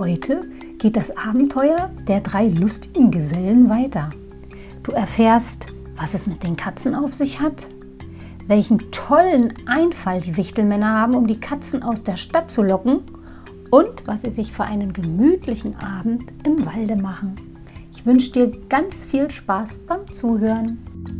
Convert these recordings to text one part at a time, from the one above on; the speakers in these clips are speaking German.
Heute geht das Abenteuer der 3 lustigen Gesellen weiter. Du erfährst, was es mit den Katzen auf sich hat, welchen tollen Einfall die Wichtelmänner haben, um die Katzen aus der Stadt zu locken und was sie sich für einen gemütlichen Abend im Walde machen. Ich wünsche dir ganz viel Spaß beim Zuhören.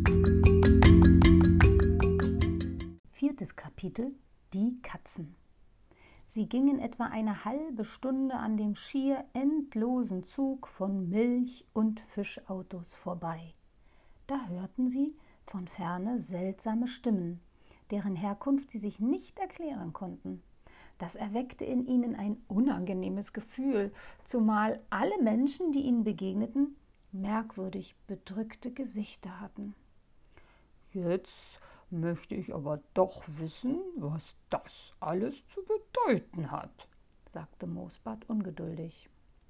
4. Kapitel: Die Katzen. Sie gingen etwa eine halbe Stunde an dem schier endlosen Zug von Milch- und Fischautos vorbei. Da hörten sie von ferne seltsame Stimmen, deren Herkunft sie sich nicht erklären konnten. Das erweckte in ihnen ein unangenehmes Gefühl, zumal alle Menschen, die ihnen begegneten, merkwürdig bedrückte Gesichter hatten. Jetzt möchte ich aber doch wissen, was das alles zu bedeuten hat, sagte Moosbart ungeduldig.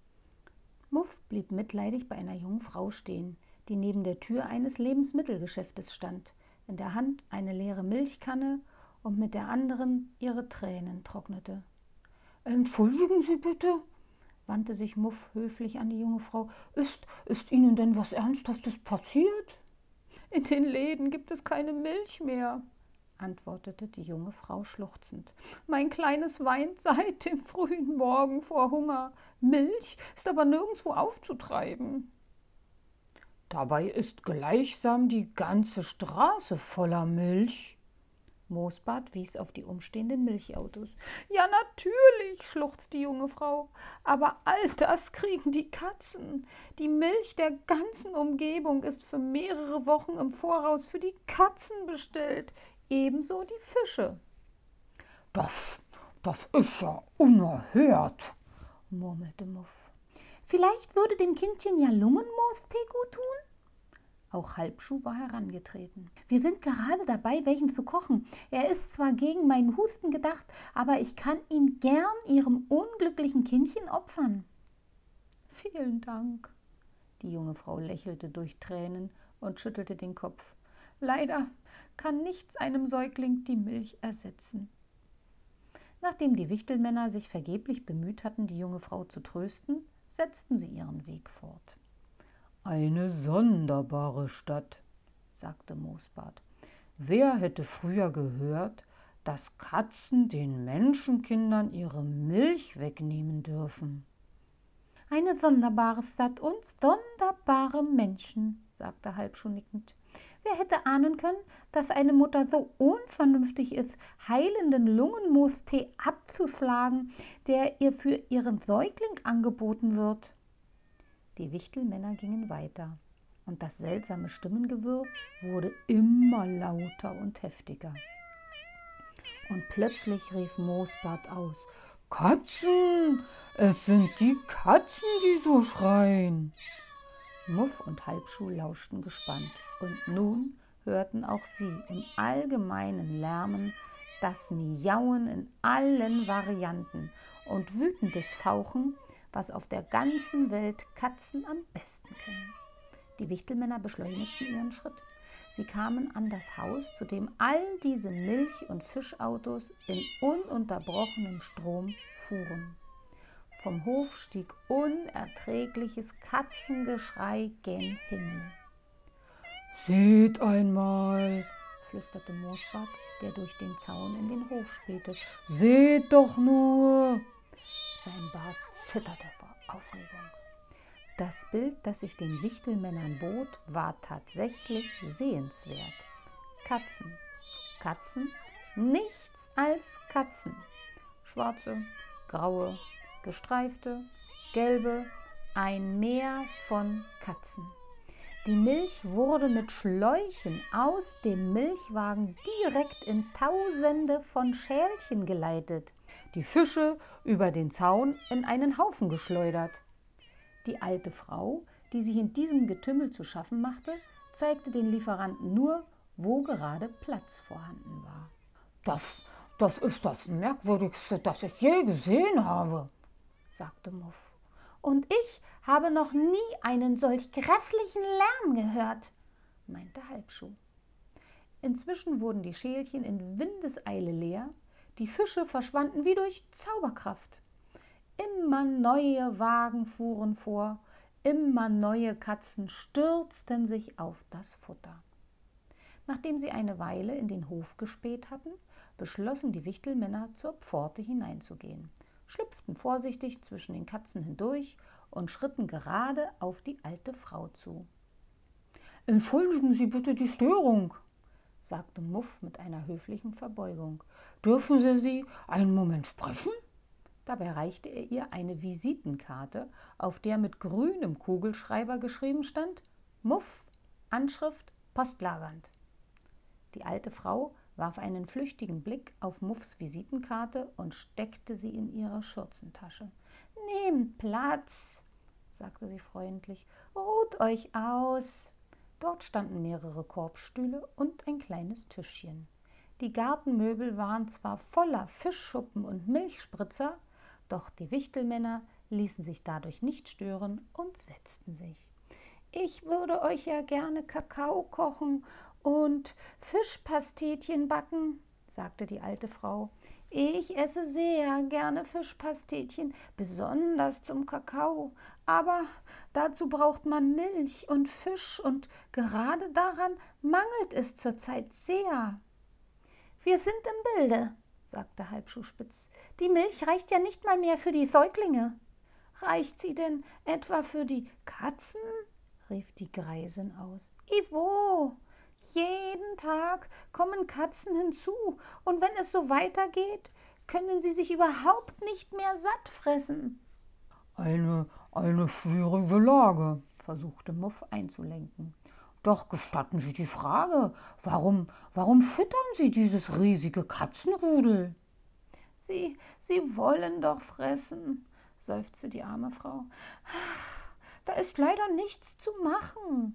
Muff blieb mitleidig bei einer jungen Frau stehen, die neben der Tür eines Lebensmittelgeschäftes stand, in der Hand eine leere Milchkanne und mit der anderen ihre Tränen trocknete. »Entschuldigen Sie bitte«, wandte sich Muff höflich an die junge Frau. Ist Ihnen denn was Ernsthaftes passiert?« »In den Läden gibt es keine Milch mehr«, antwortete die junge Frau schluchzend. »Mein Kleines weint seit dem frühen Morgen vor Hunger. Milch ist aber nirgendwo aufzutreiben.« »Dabei ist gleichsam die ganze Straße voller Milch.« Moosbart wies auf die umstehenden Milchautos. »Ja, natürlich«, schluchzte die junge Frau, »aber all das kriegen die Katzen. Die Milch der ganzen Umgebung ist für mehrere Wochen im Voraus für die Katzen bestellt, ebenso die Fische.« Das ist ja unerhört«, murmelte Muff. »Vielleicht würde dem Kindchen ja Lungenmoostee gut tun?« Auch Halbschuh war herangetreten. »Wir sind gerade dabei, welchen zu kochen. Er ist zwar gegen meinen Husten gedacht, aber ich kann ihn gern Ihrem unglücklichen Kindchen opfern.« »Vielen Dank.« Die junge Frau lächelte durch Tränen und schüttelte den Kopf. »Leider kann nichts einem Säugling die Milch ersetzen.« Nachdem die Wichtelmänner sich vergeblich bemüht hatten, die junge Frau zu trösten, setzten sie ihren Weg fort. »Eine sonderbare Stadt«, sagte Moosbart. »Wer hätte früher gehört, dass Katzen den Menschenkindern ihre Milch wegnehmen dürfen?« »Eine sonderbare Stadt und sonderbare Menschen«, sagte Halbschuh nickend. »Wer hätte ahnen können, dass eine Mutter so unvernünftig ist, heilenden Lungenmoostee abzuschlagen, der ihr für ihren Säugling angeboten wird?« Die Wichtelmänner gingen weiter, und das seltsame Stimmengewirr wurde immer lauter und heftiger. Und plötzlich rief Moosbart aus: »Katzen! Es sind die Katzen, die so schreien!« Muff und Halbschuh lauschten gespannt, und nun hörten auch sie im allgemeinen Lärmen das Miauen in allen Varianten und wütendes Fauchen, was auf der ganzen Welt Katzen am besten kennen. Die Wichtelmänner beschleunigten ihren Schritt. Sie kamen an das Haus, zu dem all diese Milch- und Fischautos in ununterbrochenem Strom fuhren. Vom Hof stieg unerträgliches Katzengeschrei gen Himmel. »Seht einmal«, flüsterte Moosbart, der durch den Zaun in den Hof spähte. »Seht doch nur!« Sein Bart zitterte vor Aufregung. Das Bild, das sich den Wichtelmännern bot, war tatsächlich sehenswert. Katzen. Katzen, nichts als Katzen. Schwarze, graue, gestreifte, gelbe, ein Meer von Katzen. Die Milch wurde mit Schläuchen aus dem Milchwagen direkt in Tausende von Schälchen geleitet, die Fische über den Zaun in einen Haufen geschleudert. Die alte Frau, die sich in diesem Getümmel zu schaffen machte, zeigte den Lieferanten nur, wo gerade Platz vorhanden war. Das ist das Merkwürdigste, das ich je gesehen habe«, sagte Muff. »Und ich habe noch nie einen solch grässlichen Lärm gehört«, meinte Halbschuh. Inzwischen wurden die Schälchen in Windeseile leer, die Fische verschwanden wie durch Zauberkraft. Immer neue Wagen fuhren vor, immer neue Katzen stürzten sich auf das Futter. Nachdem sie eine Weile in den Hof gespäht hatten, beschlossen die Wichtelmänner, zur Pforte hineinzugehen, schlüpften vorsichtig zwischen den Katzen hindurch und schritten gerade auf die alte Frau zu. »Entschuldigen Sie bitte die Störung«, sagte Muff mit einer höflichen Verbeugung. »Dürfen Sie einen Moment sprechen?« Dabei reichte er ihr eine Visitenkarte, auf der mit grünem Kugelschreiber geschrieben stand: Muff, Anschrift postlagernd. Die alte Frau warf einen flüchtigen Blick auf Muffs Visitenkarte und steckte sie in ihre Schürzentasche. »Nehmt Platz«, sagte sie freundlich, »ruht euch aus.« Dort standen mehrere Korbstühle und ein kleines Tischchen. Die Gartenmöbel waren zwar voller Fischschuppen und Milchspritzer, doch die Wichtelmänner ließen sich dadurch nicht stören und setzten sich. »Ich würde euch ja gerne Kakao kochen und Fischpastetchen backen«, sagte die alte Frau. »Ich esse sehr gerne Fischpastetchen, besonders zum Kakao. Aber dazu braucht man Milch und Fisch und gerade daran mangelt es zurzeit sehr.« »Wir sind im Bilde«, sagte Halbschuh spitz. »Die Milch reicht ja nicht mal mehr für die Säuglinge.« »Reicht sie denn etwa für die Katzen?«, rief die Greisin aus. »Ivo, jeden Tag kommen Katzen hinzu, und wenn es so weitergeht, können sie sich überhaupt nicht mehr satt fressen.« Eine schwierige Lage«, versuchte Muff einzulenken. »Doch gestatten Sie die Frage, warum füttern Sie dieses riesige Katzenrudel?« Sie wollen doch fressen«, seufzte die arme Frau. »Da ist leider nichts zu machen.«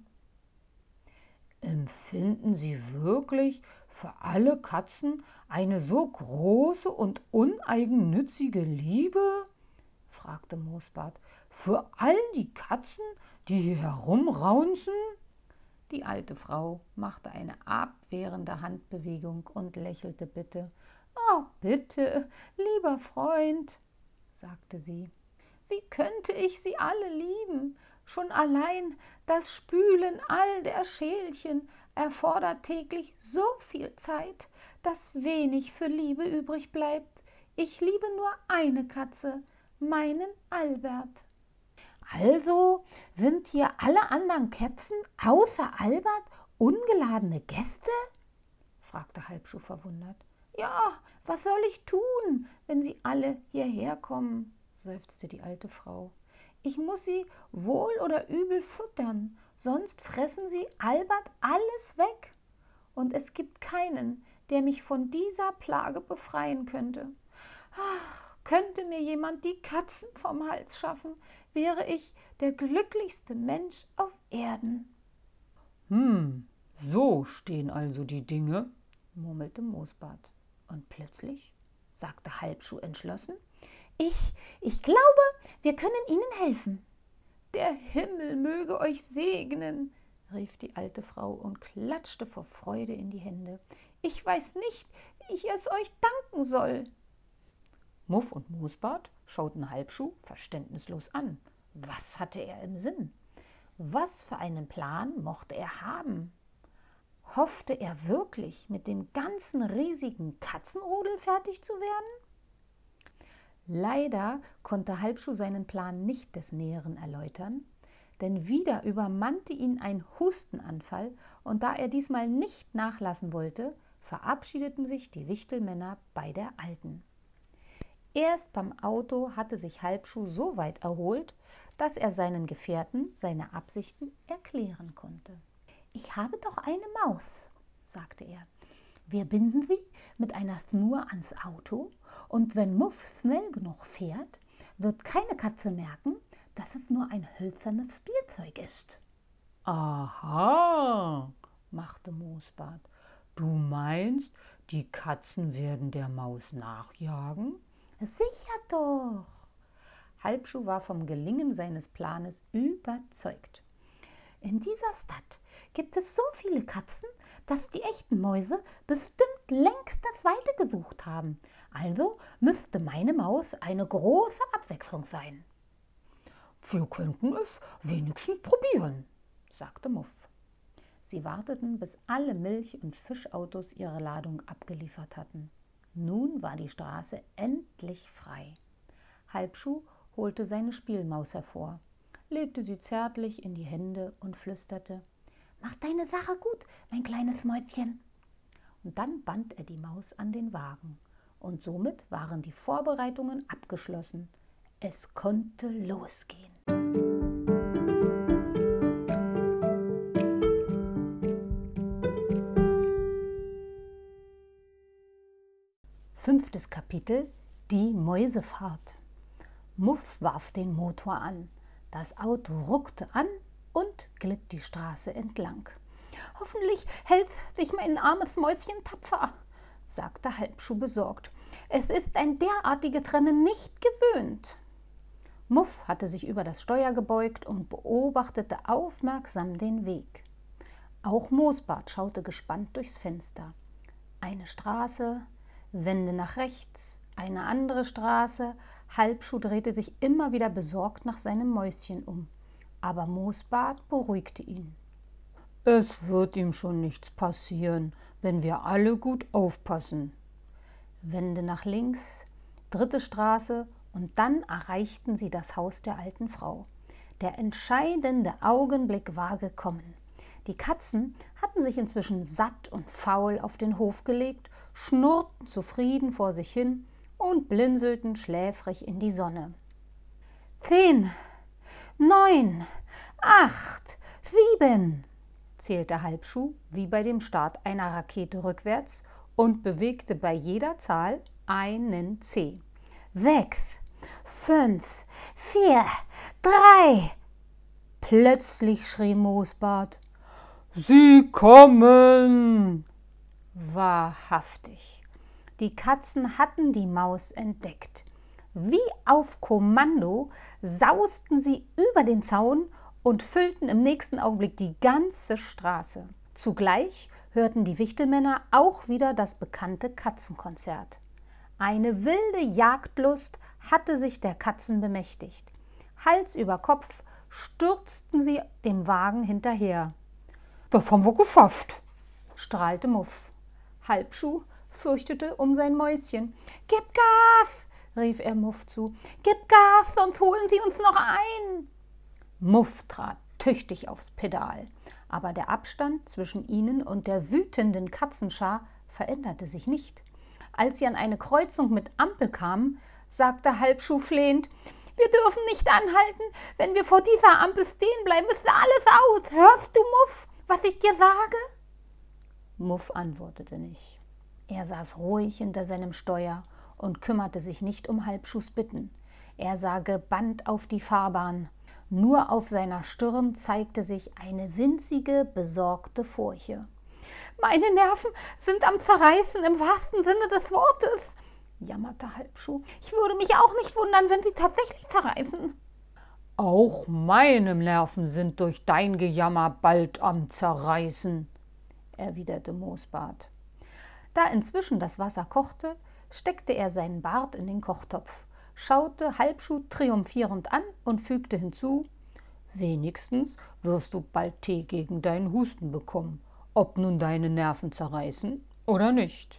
»Empfinden Sie wirklich für alle Katzen eine so große und uneigennützige Liebe?«, fragte Moosbart. »Für all die Katzen, die hier herumraunzen?« Die alte Frau machte eine abwehrende Handbewegung und lächelte bitte. »Oh, bitte, lieber Freund«, sagte sie. »Wie könnte ich sie alle lieben? Schon allein das Spülen all der Schälchen erfordert täglich so viel Zeit, dass wenig für Liebe übrig bleibt. Ich liebe nur eine Katze, meinen Albert.« »Also sind hier alle anderen Katzen außer Albert ungeladene Gäste?«, fragte Halbschuh verwundert. »Ja, was soll ich tun, wenn sie alle hierher kommen?«, seufzte die alte Frau. »Ich muss sie wohl oder übel füttern, sonst fressen sie Albert alles weg. Und es gibt keinen, der mich von dieser Plage befreien könnte. Ach, könnte mir jemand die Katzen vom Hals schaffen, wäre ich der glücklichste Mensch auf Erden.« So stehen also die Dinge«, murmelte Moosbart. Und plötzlich sagte Halbschuh entschlossen: Ich glaube, wir können Ihnen helfen.« »Der Himmel möge euch segnen«, rief die alte Frau und klatschte vor Freude in die Hände. »Ich weiß nicht, wie ich es euch danken soll.« Muff und Moosbart schauten Halbschuh verständnislos an. Was hatte er im Sinn? Was für einen Plan mochte er haben? Hoffte er wirklich, mit dem ganzen riesigen Katzenrudel fertig zu werden? Leider konnte Halbschuh seinen Plan nicht des Näheren erläutern, denn wieder übermannte ihn ein Hustenanfall, und da er diesmal nicht nachlassen wollte, verabschiedeten sich die Wichtelmänner bei der Alten. Erst beim Auto hatte sich Halbschuh so weit erholt, dass er seinen Gefährten seine Absichten erklären konnte. »Ich habe doch eine Maus«, sagte er. »Wir binden sie mit einer Schnur ans Auto, und wenn Muff schnell genug fährt, wird keine Katze merken, dass es nur ein hölzernes Spielzeug ist.« »Aha«, machte Moosbart. »Du meinst, die Katzen werden der Maus nachjagen?« »Sicher doch.« Halbschuh war vom Gelingen seines Planes überzeugt. In dieser Stadt gibt es so viele Katzen, dass die echten Mäuse bestimmt längst das Weite gesucht haben. Also müsste meine Maus eine große Abwechslung sein. Wir könnten es wenigstens probieren, sagte Muff. Sie warteten, bis alle Milch- und Fischautos ihre Ladung abgeliefert hatten. Nun war die Straße endlich frei. Halbschuh holte seine Spielmaus hervor, legte sie zärtlich in die Hände und flüsterte: »Mach deine Sache gut, mein kleines Mäuschen.« Und dann band er die Maus an den Wagen. Und somit waren die Vorbereitungen abgeschlossen. Es konnte losgehen. Fünftes Kapitel: Die Mäusefahrt. Muff warf den Motor an. Das Auto ruckte an und glitt die Straße entlang. »Hoffentlich hält sich mein armes Mäuschen tapfer«, sagte Halbschuh besorgt. »Es ist ein derartiges Rennen nicht gewöhnt.« Muff hatte sich über das Steuer gebeugt und beobachtete aufmerksam den Weg. Auch Moosbart schaute gespannt durchs Fenster. Eine Straße, Wände nach rechts, eine andere Straße. Halbschuh drehte sich immer wieder besorgt nach seinem Mäuschen um. Aber Moosbart beruhigte ihn. »Es wird ihm schon nichts passieren, wenn wir alle gut aufpassen.« Wände nach links, dritte Straße, und dann erreichten sie das Haus der alten Frau. Der entscheidende Augenblick war gekommen. Die Katzen hatten sich inzwischen satt und faul auf den Hof gelegt, schnurrten zufrieden vor sich hin und blinzelten schläfrig in die Sonne. 10, 9, 8, 7, zählte Halbschuh wie bei dem Start einer Rakete rückwärts und bewegte bei jeder Zahl einen Zeh. 6, 5, 4, 3. Plötzlich schrie Moosbart: »Sie kommen!« Wahrhaftig. Die Katzen hatten die Maus entdeckt. Wie auf Kommando sausten sie über den Zaun und füllten im nächsten Augenblick die ganze Straße. Zugleich hörten die Wichtelmänner auch wieder das bekannte Katzenkonzert. Eine wilde Jagdlust hatte sich der Katzen bemächtigt. Hals über Kopf stürzten sie dem Wagen hinterher. »Das haben wir geschafft«, strahlte Muff. Halbschuh fürchtete um sein Mäuschen. »Gib Gas«, rief er Muff zu. »Gib Gas, sonst holen sie uns noch ein.« Muff trat tüchtig aufs Pedal, aber der Abstand zwischen ihnen und der wütenden Katzenschar veränderte sich nicht. Als sie an eine Kreuzung mit Ampel kamen, sagte Halbschuh flehend: »Wir dürfen nicht anhalten. Wenn wir vor dieser Ampel stehen bleiben, ist alles aus. Hörst du, Muff, was ich dir sage?« Muff antwortete nicht. Er saß ruhig hinter seinem Steuer und kümmerte sich nicht um Halbschuhs Bitten. Er sah gebannt auf die Fahrbahn. Nur auf seiner Stirn zeigte sich eine winzige, besorgte Furche. »Meine Nerven sind am Zerreißen, im wahrsten Sinne des Wortes«, jammerte Halbschuh. »Ich würde mich auch nicht wundern, wenn sie tatsächlich zerreißen.« »Auch meine Nerven sind durch dein Gejammer bald am Zerreißen«, erwiderte Moosbart. Da inzwischen das Wasser kochte, steckte er seinen Bart in den Kochtopf, schaute Halbschuh triumphierend an und fügte hinzu: »Wenigstens wirst du bald Tee gegen deinen Husten bekommen, ob nun deine Nerven zerreißen oder nicht.«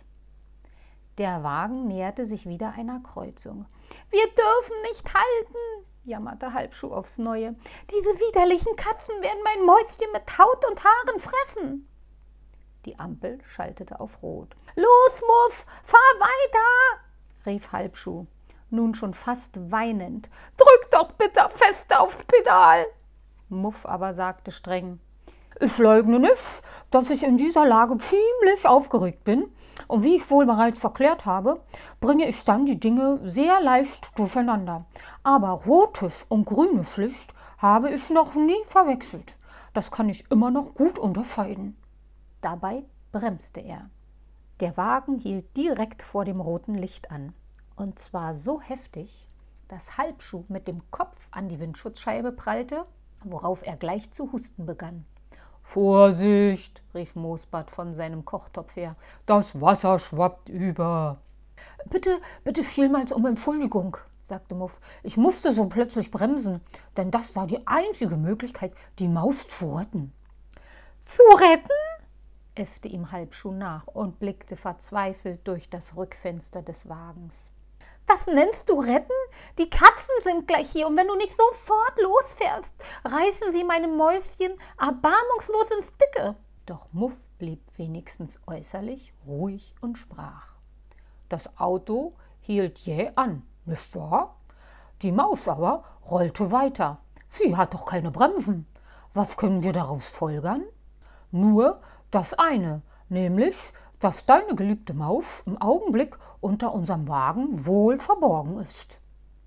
Der Wagen näherte sich wieder einer Kreuzung. »Wir dürfen nicht halten«, jammerte Halbschuh aufs Neue. »Diese widerlichen Katzen werden mein Mäuschen mit Haut und Haaren fressen.« Die Ampel schaltete auf Rot. »Los, Muff, fahr weiter«, rief Halbschuh, nun schon fast weinend. »Drück doch bitte fester aufs Pedal.« Muff aber sagte streng: »Ich leugne nicht, dass ich in dieser Lage ziemlich aufgeregt bin, und wie ich wohl bereits verklärt habe, bringe ich dann die Dinge sehr leicht durcheinander. Aber rotes und grünes Licht habe ich noch nie verwechselt. Das kann ich immer noch gut unterscheiden.« Dabei bremste er. Der Wagen hielt direkt vor dem roten Licht an, und zwar so heftig, dass Halbschuh mit dem Kopf an die Windschutzscheibe prallte worauf er gleich zu husten begann. »Vorsicht«, rief Moosbart von seinem Kochtopf her, »das Wasser schwappt über.« »Bitte vielmals um Entschuldigung«, sagte Muff. »Ich musste so plötzlich bremsen, denn das war die einzige Möglichkeit, die Maus zu retten.« »Zu retten?« äffte ihm Halbschuh nach und blickte verzweifelt durch das Rückfenster des Wagens. »Das nennst du retten? Die Katzen sind gleich hier und wenn du nicht sofort losfährst, reißen sie meinem Mäuschen erbarmungslos in Stücke.« Doch Muff blieb wenigstens äußerlich ruhig und sprach. »Das Auto hielt jäh an, nicht wahr? Die Maus aber rollte weiter. Sie hat doch keine Bremsen. Was können wir daraus folgern? Nur das eine, nämlich, dass deine geliebte Maus im Augenblick unter unserem Wagen wohl verborgen ist.«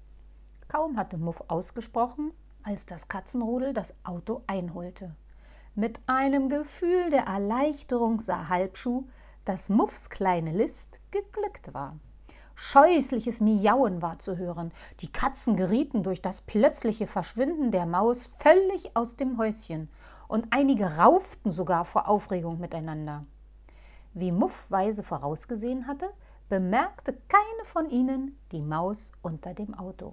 Kaum hatte Muff ausgesprochen, als das Katzenrudel das Auto einholte. Mit einem Gefühl der Erleichterung sah Halbschuh, dass Muffs kleine List geglückt war. Scheußliches Miauen war zu hören. Die Katzen gerieten durch das plötzliche Verschwinden der Maus völlig aus dem Häuschen und einige rauften sogar vor Aufregung miteinander. Wie Muff weise vorausgesehen hatte, bemerkte keine von ihnen die Maus unter dem Auto.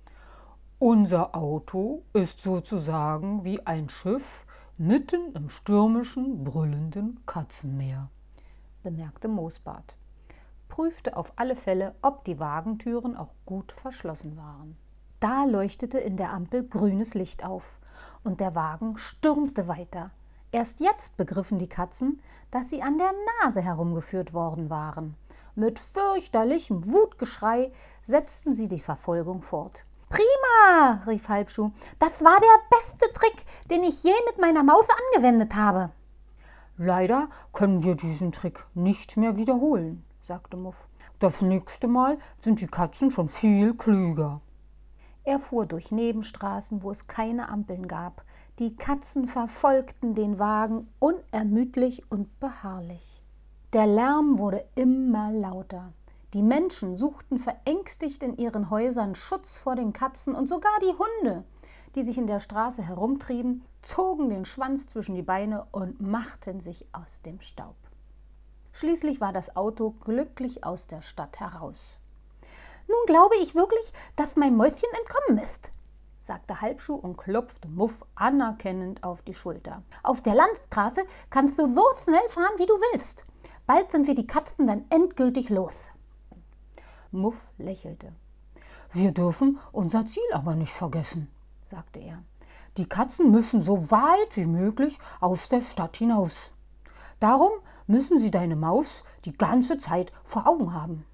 »Unser Auto ist sozusagen wie ein Schiff mitten im stürmischen, brüllenden Katzenmeer«, bemerkte Moosbart, prüfte auf alle Fälle, ob die Wagentüren auch gut verschlossen waren. Da leuchtete in der Ampel grünes Licht auf und der Wagen stürmte weiter. Erst jetzt begriffen die Katzen, dass sie an der Nase herumgeführt worden waren. Mit fürchterlichem Wutgeschrei setzten sie die Verfolgung fort. »Prima«, rief Halbschuh, »das war der beste Trick, den ich je mit meiner Maus angewendet habe.« »Leider können wir diesen Trick nicht mehr wiederholen«, sagte Muff. »Das nächste Mal sind die Katzen schon viel klüger.« Er fuhr durch Nebenstraßen, wo es keine Ampeln gab. Die Katzen verfolgten den Wagen unermüdlich und beharrlich. Der Lärm wurde immer lauter. Die Menschen suchten verängstigt in ihren Häusern Schutz vor den Katzen und sogar die Hunde, die sich in der Straße herumtrieben, zogen den Schwanz zwischen die Beine und machten sich aus dem Staub. Schließlich war das Auto glücklich aus der Stadt heraus. »Nun glaube ich wirklich, dass mein Mäuschen entkommen ist«, sagte Halbschuh und klopfte Muff anerkennend auf die Schulter. »Auf der Landstraße kannst du so schnell fahren, wie du willst. Bald sind wir die Katzen dann endgültig los.« Muff lächelte. »Wir dürfen unser Ziel aber nicht vergessen«, sagte er. »Die Katzen müssen so weit wie möglich aus der Stadt hinaus. Darum müssen sie deine Maus die ganze Zeit vor Augen haben.«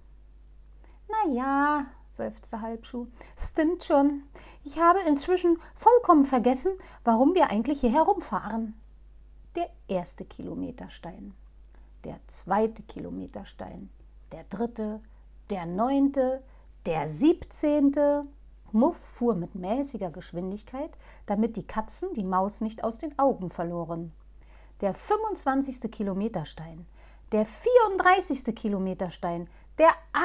»Na ja«, seufzte Halbschuh, »stimmt schon. Ich habe inzwischen vollkommen vergessen, warum wir eigentlich hier herumfahren.« Der 1. Kilometerstein, der 2. Kilometerstein, der 3., der 9., der 17. Muff fuhr mit mäßiger Geschwindigkeit, damit die Katzen die Maus nicht aus den Augen verloren. Der 25. Kilometerstein, der 34. Kilometerstein, der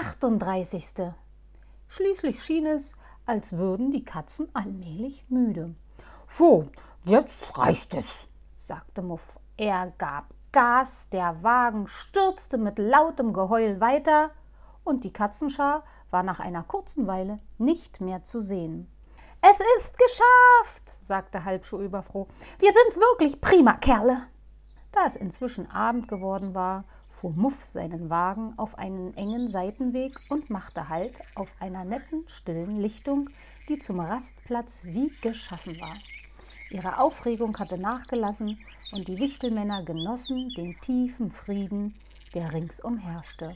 38. Schließlich schien es, als würden die Katzen allmählich müde. »So, jetzt reicht es«, sagte Muff. Er gab Gas, der Wagen stürzte mit lautem Geheul weiter und die Katzenschar war nach einer kurzen Weile nicht mehr zu sehen. »Es ist geschafft«, sagte Halbschuh überfroh. »Wir sind wirklich prima Kerle.« Da es inzwischen Abend geworden war, fuhr Muff seinen Wagen auf einen engen Seitenweg und machte Halt auf einer netten, stillen Lichtung, die zum Rastplatz wie geschaffen war. Ihre Aufregung hatte nachgelassen und die Wichtelmänner genossen den tiefen Frieden, der ringsum herrschte.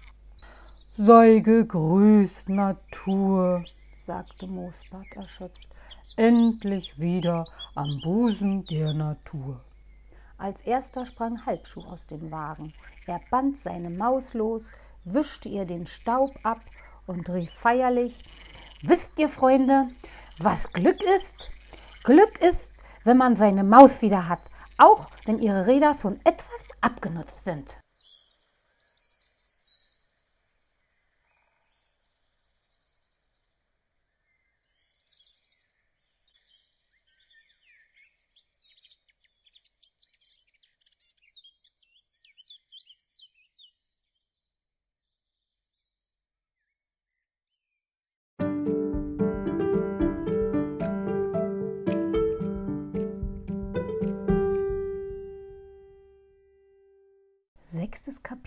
»Sei gegrüßt, Natur«, sagte Moosbart erschöpft, »endlich wieder am Busen der Natur.« Als erster sprang Halbschuh aus dem Wagen. Er band seine Maus los, wischte ihr den Staub ab und rief feierlich: »Wisst ihr, Freunde, was Glück ist? Glück ist, wenn man seine Maus wieder hat, auch wenn ihre Räder schon etwas abgenutzt sind.«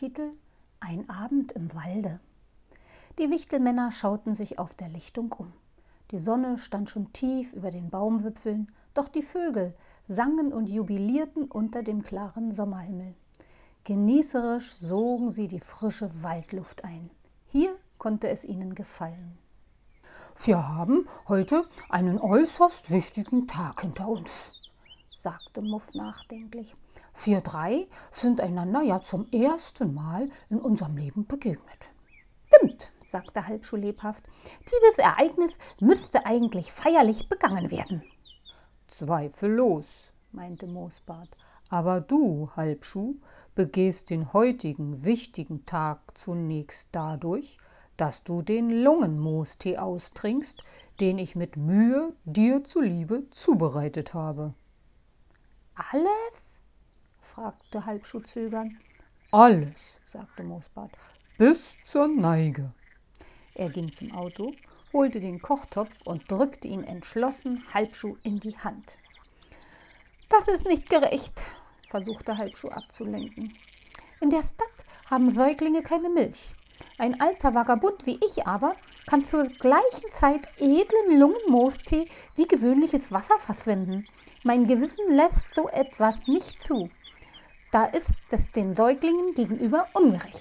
Kapitel Ein Abend im Walde. Die Wichtelmänner schauten sich auf der Lichtung um. Die Sonne stand schon tief über den Baumwipfeln, doch die Vögel sangen und jubilierten unter dem klaren Sommerhimmel. Genießerisch sogen sie die frische Waldluft ein. Hier konnte es ihnen gefallen. »Wir haben heute einen äußerst wichtigen Tag hinter uns«, sagte Muff nachdenklich. »Wir drei sind einander ja zum ersten Mal in unserem Leben begegnet.« »Stimmt«, sagte Halbschuh lebhaft. »Dieses Ereignis müsste eigentlich feierlich begangen werden.« »Zweifellos«, meinte Moosbart. »Aber du, Halbschuh, begehst den heutigen wichtigen Tag zunächst dadurch, dass du den Lungenmoostee austrinkst, den ich mit Mühe dir zuliebe zubereitet habe.« »Alles?« fragte Halbschuh zögernd. »Alles«, sagte Moosbart, »bis zur Neige.« Er ging zum Auto, holte den Kochtopf und drückte ihn entschlossen Halbschuh in die Hand. »Das ist nicht gerecht«, versuchte Halbschuh abzulenken. »In der Stadt haben Säuglinge keine Milch. Ein alter Vagabund wie ich aber kann zur gleichen Zeit edlen Lungenmoostee wie gewöhnliches Wasser verschwenden. Mein Gewissen lässt so etwas nicht zu. Da ist es den Säuglingen gegenüber ungerecht.«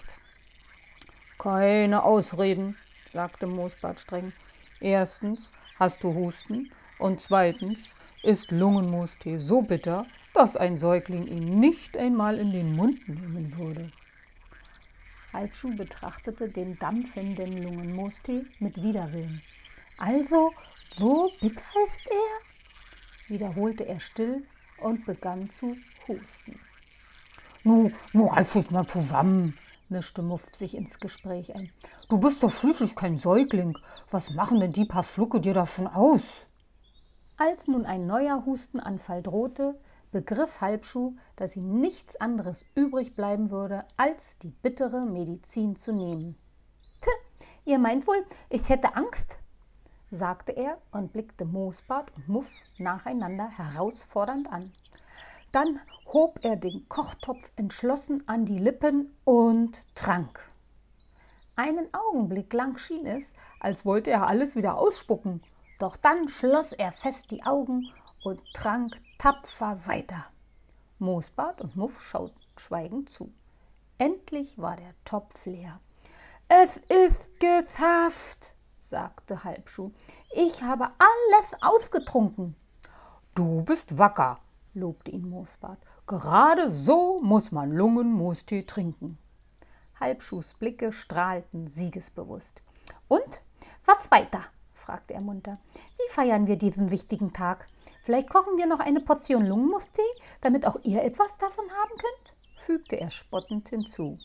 »Keine Ausreden«, sagte Moosbart streng. »Erstens hast du Husten und zweitens ist Lungenmoostee so bitter, dass ein Säugling ihn nicht einmal in den Mund nehmen würde.« Halbschuh betrachtete den dampfenden Lungenmoostee mit Widerwillen. »Also, so bitter ist er?« wiederholte er still und begann zu husten. »Nu reiß dich mal zusammen«, mischte Muff sich ins Gespräch ein. »Du bist doch schließlich kein Säugling. Was machen denn die paar Schlucke dir da schon aus?« Als nun ein neuer Hustenanfall drohte, begriff Halbschuh, dass ihm nichts anderes übrig bleiben würde, als die bittere Medizin zu nehmen. »Ihr meint wohl, ich hätte Angst?«, sagte er und blickte Moosbart und Muff nacheinander herausfordernd an. Dann hob er den Kochtopf entschlossen an die Lippen und trank. Einen Augenblick lang schien es, als wollte er alles wieder ausspucken, doch dann schloss er fest die Augen und trank tapfer weiter. Moosbart und Muff schauten schweigend zu. Endlich war der Topf leer. »Es ist geschafft«, sagte Halbschuh. »Ich habe alles ausgetrunken.« »Du bist wacker«, lobte ihn Moosbart. »Gerade so muss man Lungenmoostee trinken.« Halbschuhs Blicke strahlten siegesbewusst. »Und, was weiter?«, fragte er munter. »Wie feiern wir diesen wichtigen Tag? Vielleicht kochen wir noch eine Portion Lungenmoostee, damit auch ihr etwas davon haben könnt?«, fügte er spottend hinzu.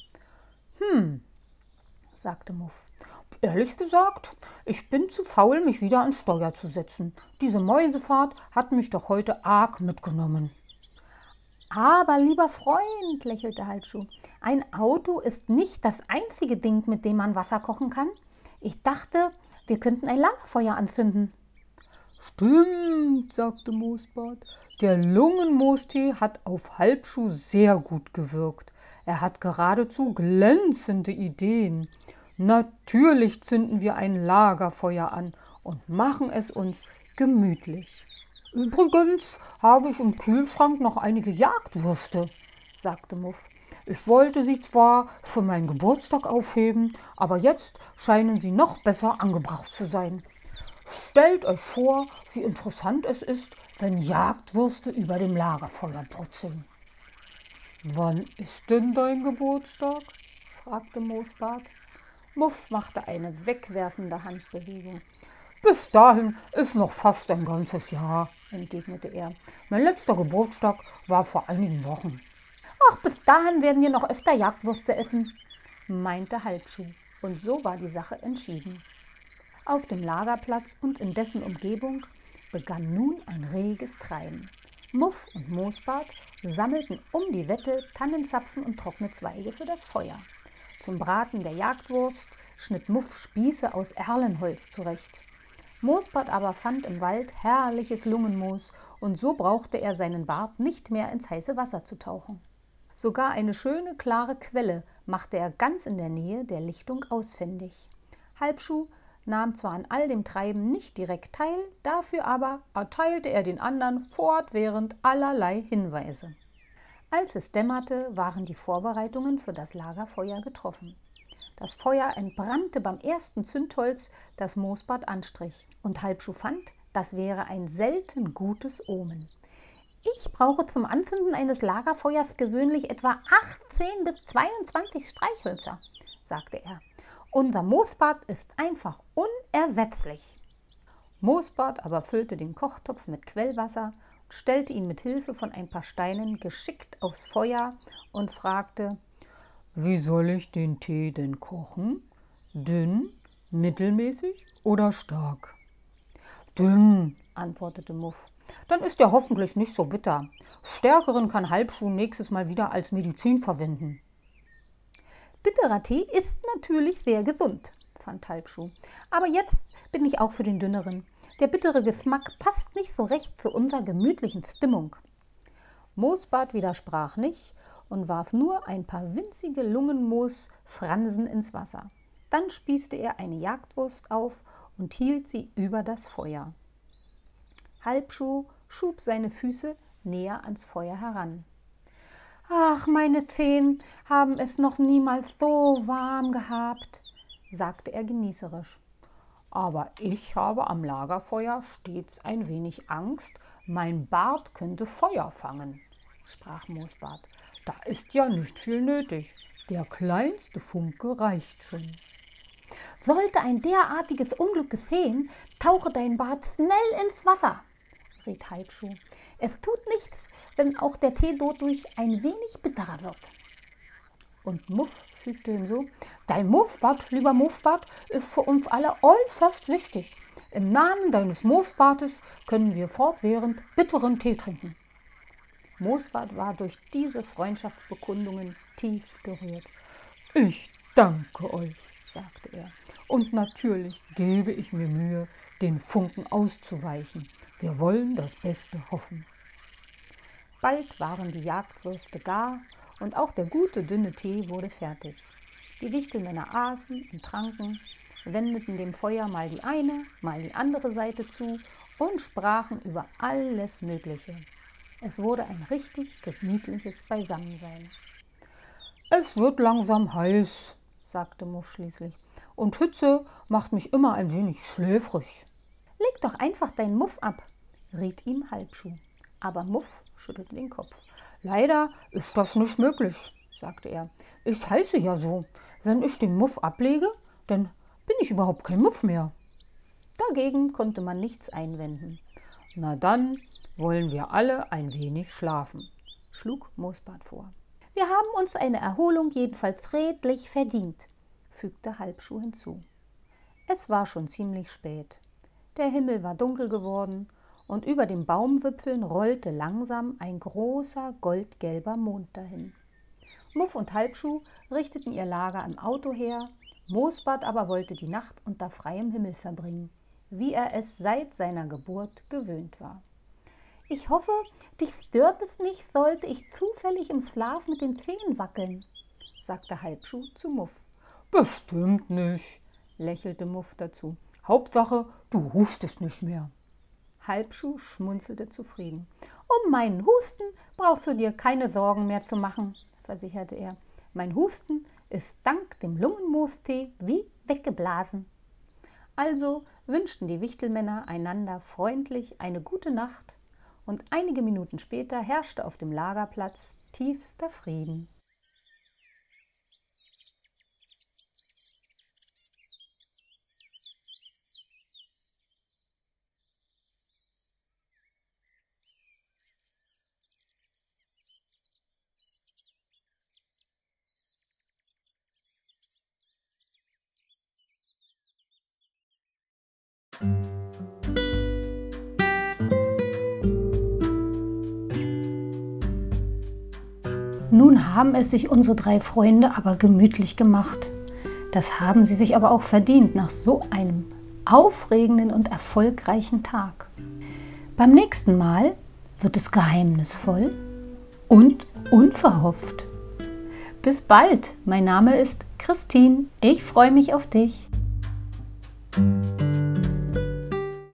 Sagte Muff. »Ehrlich gesagt, ich bin zu faul, mich wieder ans Steuer zu setzen. Diese Mäusefahrt hat mich doch heute arg mitgenommen.« »Aber, lieber Freund«, lächelte Halbschuh, »ein Auto ist nicht das einzige Ding, mit dem man Wasser kochen kann. Ich dachte, wir könnten ein Lagerfeuer anzünden.« »Stimmt«, sagte Moosbart. »Der Lungenmoostee hat auf Halbschuh sehr gut gewirkt. Er hat geradezu glänzende Ideen. Natürlich zünden wir ein Lagerfeuer an und machen es uns gemütlich. Übrigens habe ich im Kühlschrank noch einige Jagdwürste«, sagte Muff. »Ich wollte sie zwar für meinen Geburtstag aufheben, aber jetzt scheinen sie noch besser angebracht zu sein. Stellt euch vor, wie interessant es ist, wenn Jagdwürste über dem Lagerfeuer brutzeln.« »Wann ist denn dein Geburtstag?«, fragte Moosbart. Muff machte eine wegwerfende Handbewegung. »Bis dahin ist noch fast ein ganzes Jahr«, entgegnete er. »Mein letzter Geburtstag war vor einigen Wochen.« »Ach, bis dahin werden wir noch öfter Jagdwürste essen«, meinte Halbschuh. Und so war die Sache entschieden. Auf dem Lagerplatz und in dessen Umgebung begann nun ein reges Treiben. Muff und Moosbart sammelten um die Wette Tannenzapfen und trockene Zweige für das Feuer. Zum Braten der Jagdwurst schnitt Muff Spieße aus Erlenholz zurecht. Moosbart aber fand im Wald herrliches Lungenmoos und so brauchte er seinen Bart nicht mehr ins heiße Wasser zu tauchen. Sogar eine schöne, klare Quelle machte er ganz in der Nähe der Lichtung ausfindig. Halbschuh nahm zwar an all dem Treiben nicht direkt teil, dafür aber erteilte er den anderen fortwährend allerlei Hinweise. Als es dämmerte, waren die Vorbereitungen für das Lagerfeuer getroffen. Das Feuer entbrannte beim ersten Zündholz, das Moosbart anstrich, und Halbschuh fand, das wäre ein selten gutes Omen. Ich brauche zum Anzünden eines Lagerfeuers gewöhnlich etwa 18 bis 22 Streichhölzer, sagte er. Unser Moosbart ist einfach unersetzlich. Moosbart aber füllte den Kochtopf mit Quellwasser, stellte ihn mit Hilfe von ein paar Steinen geschickt aufs Feuer und fragte: Wie soll ich den Tee denn kochen? Dünn, mittelmäßig oder stark? Dünn, antwortete Muff. Dann ist er hoffentlich nicht so bitter. Stärkeren kann Halbschuh nächstes Mal wieder als Medizin verwenden. Bitterer Tee ist natürlich sehr gesund, fand Halbschuh. Aber jetzt bin ich auch für den dünneren. Der bittere Geschmack passt nicht so recht zu unserer gemütlichen Stimmung. Moosbart widersprach nicht und warf nur ein paar winzige Lungenmoosfransen ins Wasser. Dann spießte er eine Jagdwurst auf und hielt sie über das Feuer. Halbschuh schob seine Füße näher ans Feuer heran. »Ach, meine Zehen haben es noch niemals so warm gehabt«, sagte er genießerisch. »Aber ich habe am Lagerfeuer stets ein wenig Angst, mein Bart könnte Feuer fangen«, sprach Moosbart. »Da ist ja nicht viel nötig, der kleinste Funke reicht schon.« »Sollte ein derartiges Unglück geschehen, tauche dein Bart schnell ins Wasser«, riet Halbschuh. »Es tut nichts, wenn auch der Tee dadurch ein wenig bitterer wird.« Und Muff fügte hinzu: »Dein Moosbart, lieber Moosbart, ist für uns alle äußerst wichtig. Im Namen deines Moosbartes können wir fortwährend bitteren Tee trinken.« Moosbart war durch diese Freundschaftsbekundungen tief gerührt. »Ich danke euch«, sagte er, »und natürlich gebe ich mir Mühe, den Funken auszuweichen. Wir wollen das Beste hoffen.« Bald waren die Jagdwürste gar und auch der gute, dünne Tee wurde fertig. Die Wichtelmänner aßen und tranken, wendeten dem Feuer mal die eine, mal die andere Seite zu und sprachen über alles Mögliche. Es wurde ein richtig gemütliches Beisammensein. »Es wird langsam heiß«, sagte Muff schließlich, »und Hitze macht mich immer ein wenig schläfrig.« »Leg doch einfach deinen Muff ab«, riet ihm Halbschuh. Aber Muff schüttelte den Kopf. »Leider ist das nicht möglich«, sagte er. »Ich heiße ja so. Wenn ich den Muff ablege, dann bin ich überhaupt kein Muff mehr.« Dagegen konnte man nichts einwenden. »Na dann wollen wir alle ein wenig schlafen«, schlug Moosbart vor. »Wir haben uns eine Erholung jedenfalls redlich verdient«, fügte Halbschuh hinzu. Es war schon ziemlich spät. Der Himmel war dunkel geworden und über den Baumwipfeln rollte langsam ein großer goldgelber Mond dahin. Muff und Halbschuh richteten ihr Lager im Auto her, Moosbart aber wollte die Nacht unter freiem Himmel verbringen, wie er es seit seiner Geburt gewöhnt war. »Ich hoffe, dich stört es nicht, sollte ich zufällig im Schlaf mit den Zehen wackeln«, sagte Halbschuh zu Muff. »Bestimmt nicht«, lächelte Muff dazu. »Hauptsache, du hustest nicht mehr.« Halbschuh schmunzelte zufrieden. »Um meinen Husten brauchst du dir keine Sorgen mehr zu machen«, versicherte er. »Mein Husten ist dank dem Lungenmoostee wie weggeblasen.« Also wünschten die Wichtelmänner einander freundlich eine gute Nacht, und einige Minuten später herrschte auf dem Lagerplatz tiefster Frieden. Nun haben es sich unsere drei Freunde aber gemütlich gemacht. Das haben sie sich aber auch verdient nach so einem aufregenden und erfolgreichen Tag. Beim nächsten Mal wird es geheimnisvoll und unverhofft. Bis bald. Mein Name ist Christine. Ich freue mich auf dich.